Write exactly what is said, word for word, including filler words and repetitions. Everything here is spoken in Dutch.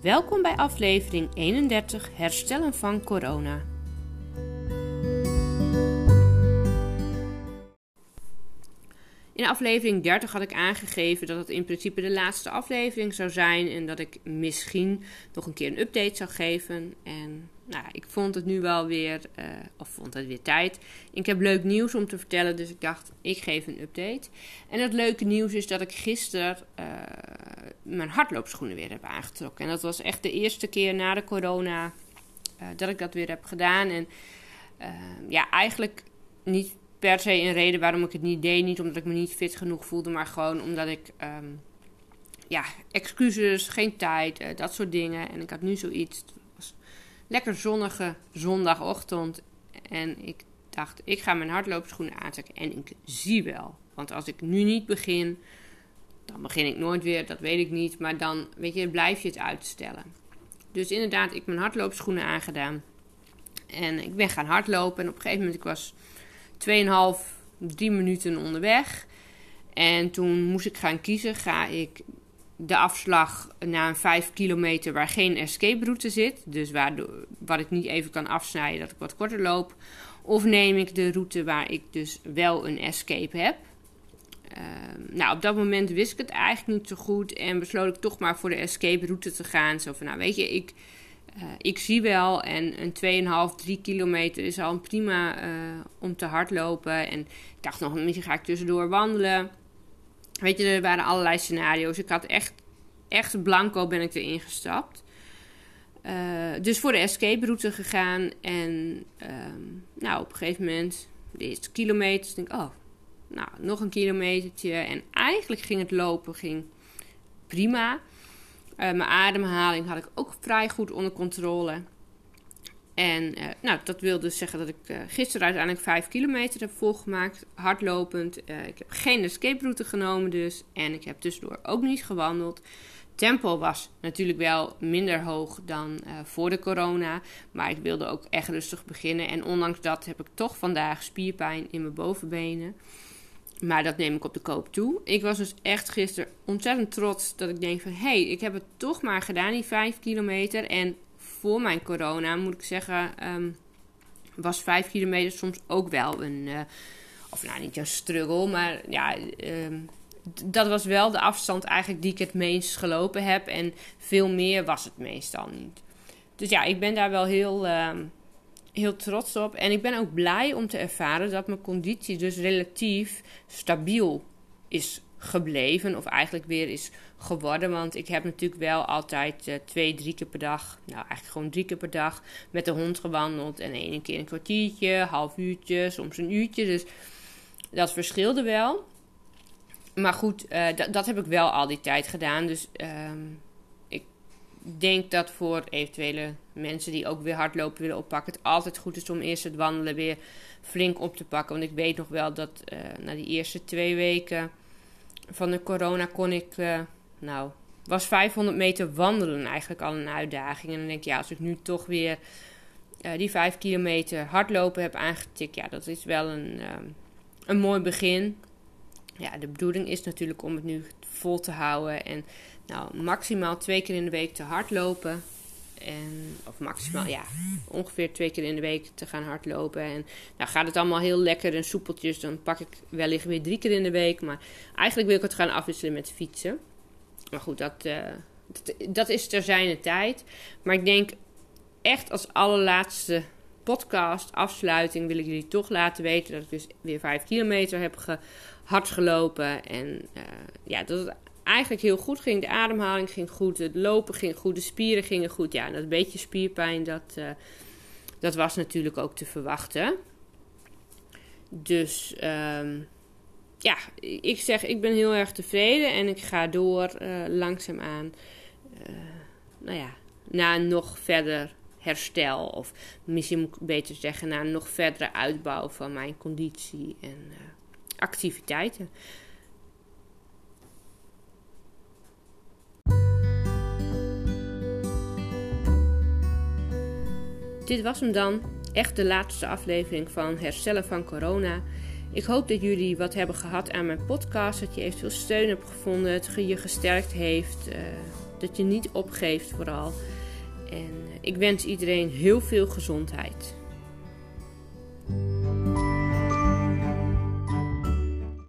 Welkom bij aflevering eenendertig Herstellen van corona. In aflevering dertig had ik aangegeven dat het in principe de laatste aflevering zou zijn en dat ik misschien nog een keer een update zou geven. En nou, ik vond het nu wel weer, uh, of vond het weer tijd. Ik heb leuk nieuws om te vertellen, dus ik dacht, ik geef een update. En het leuke nieuws is dat ik gisteren uh, mijn hardloopschoenen weer heb aangetrokken. En dat was echt de eerste keer na de corona uh, dat ik dat weer heb gedaan. En uh, ja, eigenlijk niet per se een reden waarom ik het niet deed. Niet omdat ik me niet fit genoeg voelde, maar gewoon omdat ik Um, ja, excuses, geen tijd, uh, dat soort dingen. En ik had nu zoiets. Het was lekker zonnige zondagochtend. En ik dacht, ik ga mijn hardloopschoenen aantrekken. En ik zie wel. Want als ik nu niet begin, dan begin ik nooit weer. Dat weet ik niet. Maar dan, weet je, blijf je het uitstellen. Dus inderdaad, ik heb mijn hardloopschoenen aangedaan. En ik ben gaan hardlopen. En op een gegeven moment, ik was tweeënhalf, drie minuten onderweg. En toen moest ik gaan kiezen. Ga ik de afslag naar een vijf kilometer waar geen escape route zit. Dus waardoor, wat ik niet even kan afsnijden, dat ik wat korter loop. Of neem ik de route waar ik dus wel een escape heb. Uh, nou, op dat moment wist ik het eigenlijk niet zo goed. En besloot ik toch maar voor de escape route te gaan. Zo van, nou weet je, ik... Uh, ik zie wel en een tweeënhalf, drie kilometer is al prima uh, om te hardlopen. En ik dacht nog, misschien ga ik tussendoor wandelen. Weet je, er waren allerlei scenario's. Ik had echt, echt blanco ben ik erin gestapt. Uh, dus voor de escape route gegaan. En um, nou, op een gegeven moment, de eerste kilometer, denk ik, oh, nou, nog een kilometertje. En eigenlijk ging het lopen ging prima. Uh, mijn ademhaling had ik ook vrij goed onder controle. En uh, nou, dat wil dus zeggen dat ik uh, gisteren uiteindelijk vijf kilometer heb volgemaakt. Hardlopend. Uh, ik heb geen escape route genomen dus. En ik heb tussendoor ook niet gewandeld. Tempo was natuurlijk wel minder hoog dan uh, voor de corona. Maar ik wilde ook echt rustig beginnen. En ondanks dat heb ik toch vandaag spierpijn in mijn bovenbenen. Maar dat neem ik op de koop toe. Ik was dus echt gisteren ontzettend trots dat ik denk van... hé, hey, ik heb het toch maar gedaan, die vijf kilometer. En voor mijn corona, moet ik zeggen... Um, was vijf kilometer soms ook wel een... Uh, of nou, niet een struggle, maar ja... Um, d- dat was wel de afstand eigenlijk die ik het meest gelopen heb. En veel meer was het meestal niet. Dus ja, ik ben daar wel heel... Um, Heel trots op. En ik ben ook blij om te ervaren dat mijn conditie dus relatief stabiel is gebleven. Of eigenlijk weer is geworden. Want ik heb natuurlijk wel altijd uh, twee, drie keer per dag. Nou, eigenlijk gewoon drie keer per dag met de hond gewandeld. En één keer een kwartiertje, half uurtje, soms een uurtje. Dus dat verschilde wel. Maar goed, uh, d- dat heb ik wel al die tijd gedaan. Dus... Um, Ik denk dat voor eventuele mensen die ook weer hardlopen willen oppakken... het altijd goed is om eerst het wandelen weer flink op te pakken. Want ik weet nog wel dat uh, na die eerste twee weken van de corona kon ik... Uh, nou, was vijfhonderd meter wandelen eigenlijk al een uitdaging. En dan denk ik, ja, als ik nu toch weer uh, die vijf kilometer hardlopen heb aangetikt... ja, dat is wel een, uh, een mooi begin. Ja, de bedoeling is natuurlijk om het nu vol te houden en... Nou, maximaal twee keer in de week te hardlopen. En, of maximaal, ja, ongeveer twee keer in de week te gaan hardlopen. En nou gaat het allemaal heel lekker en soepeltjes. Dan pak ik wellicht weer drie keer in de week. Maar eigenlijk wil ik het gaan afwisselen met fietsen. Maar goed, dat, uh, dat, dat is ter zijne tijd. Maar ik denk echt als allerlaatste podcast, afsluiting, wil ik jullie toch laten weten dat ik dus weer vijf kilometer heb ge, hard gelopen. En uh, ja, dat het eigenlijk heel goed ging. De ademhaling ging goed, het lopen ging goed, de spieren gingen goed. Ja, en dat beetje spierpijn, dat, uh, dat was natuurlijk ook te verwachten. Dus um, ja, ik zeg, ik ben heel erg tevreden en ik ga door uh, langzaamaan, uh, nou ja, naar een nog verder herstel. Of misschien moet ik beter zeggen, naar een nog verdere uitbouw van mijn conditie en uh, activiteiten. Dit was hem dan, echt de laatste aflevering van Herstellen van Corona. Ik hoop dat jullie wat hebben gehad aan mijn podcast, dat je eventueel steun hebt gevonden, het je gesterkt heeft. Uh, dat je niet opgeeft vooral. En ik wens iedereen heel veel gezondheid.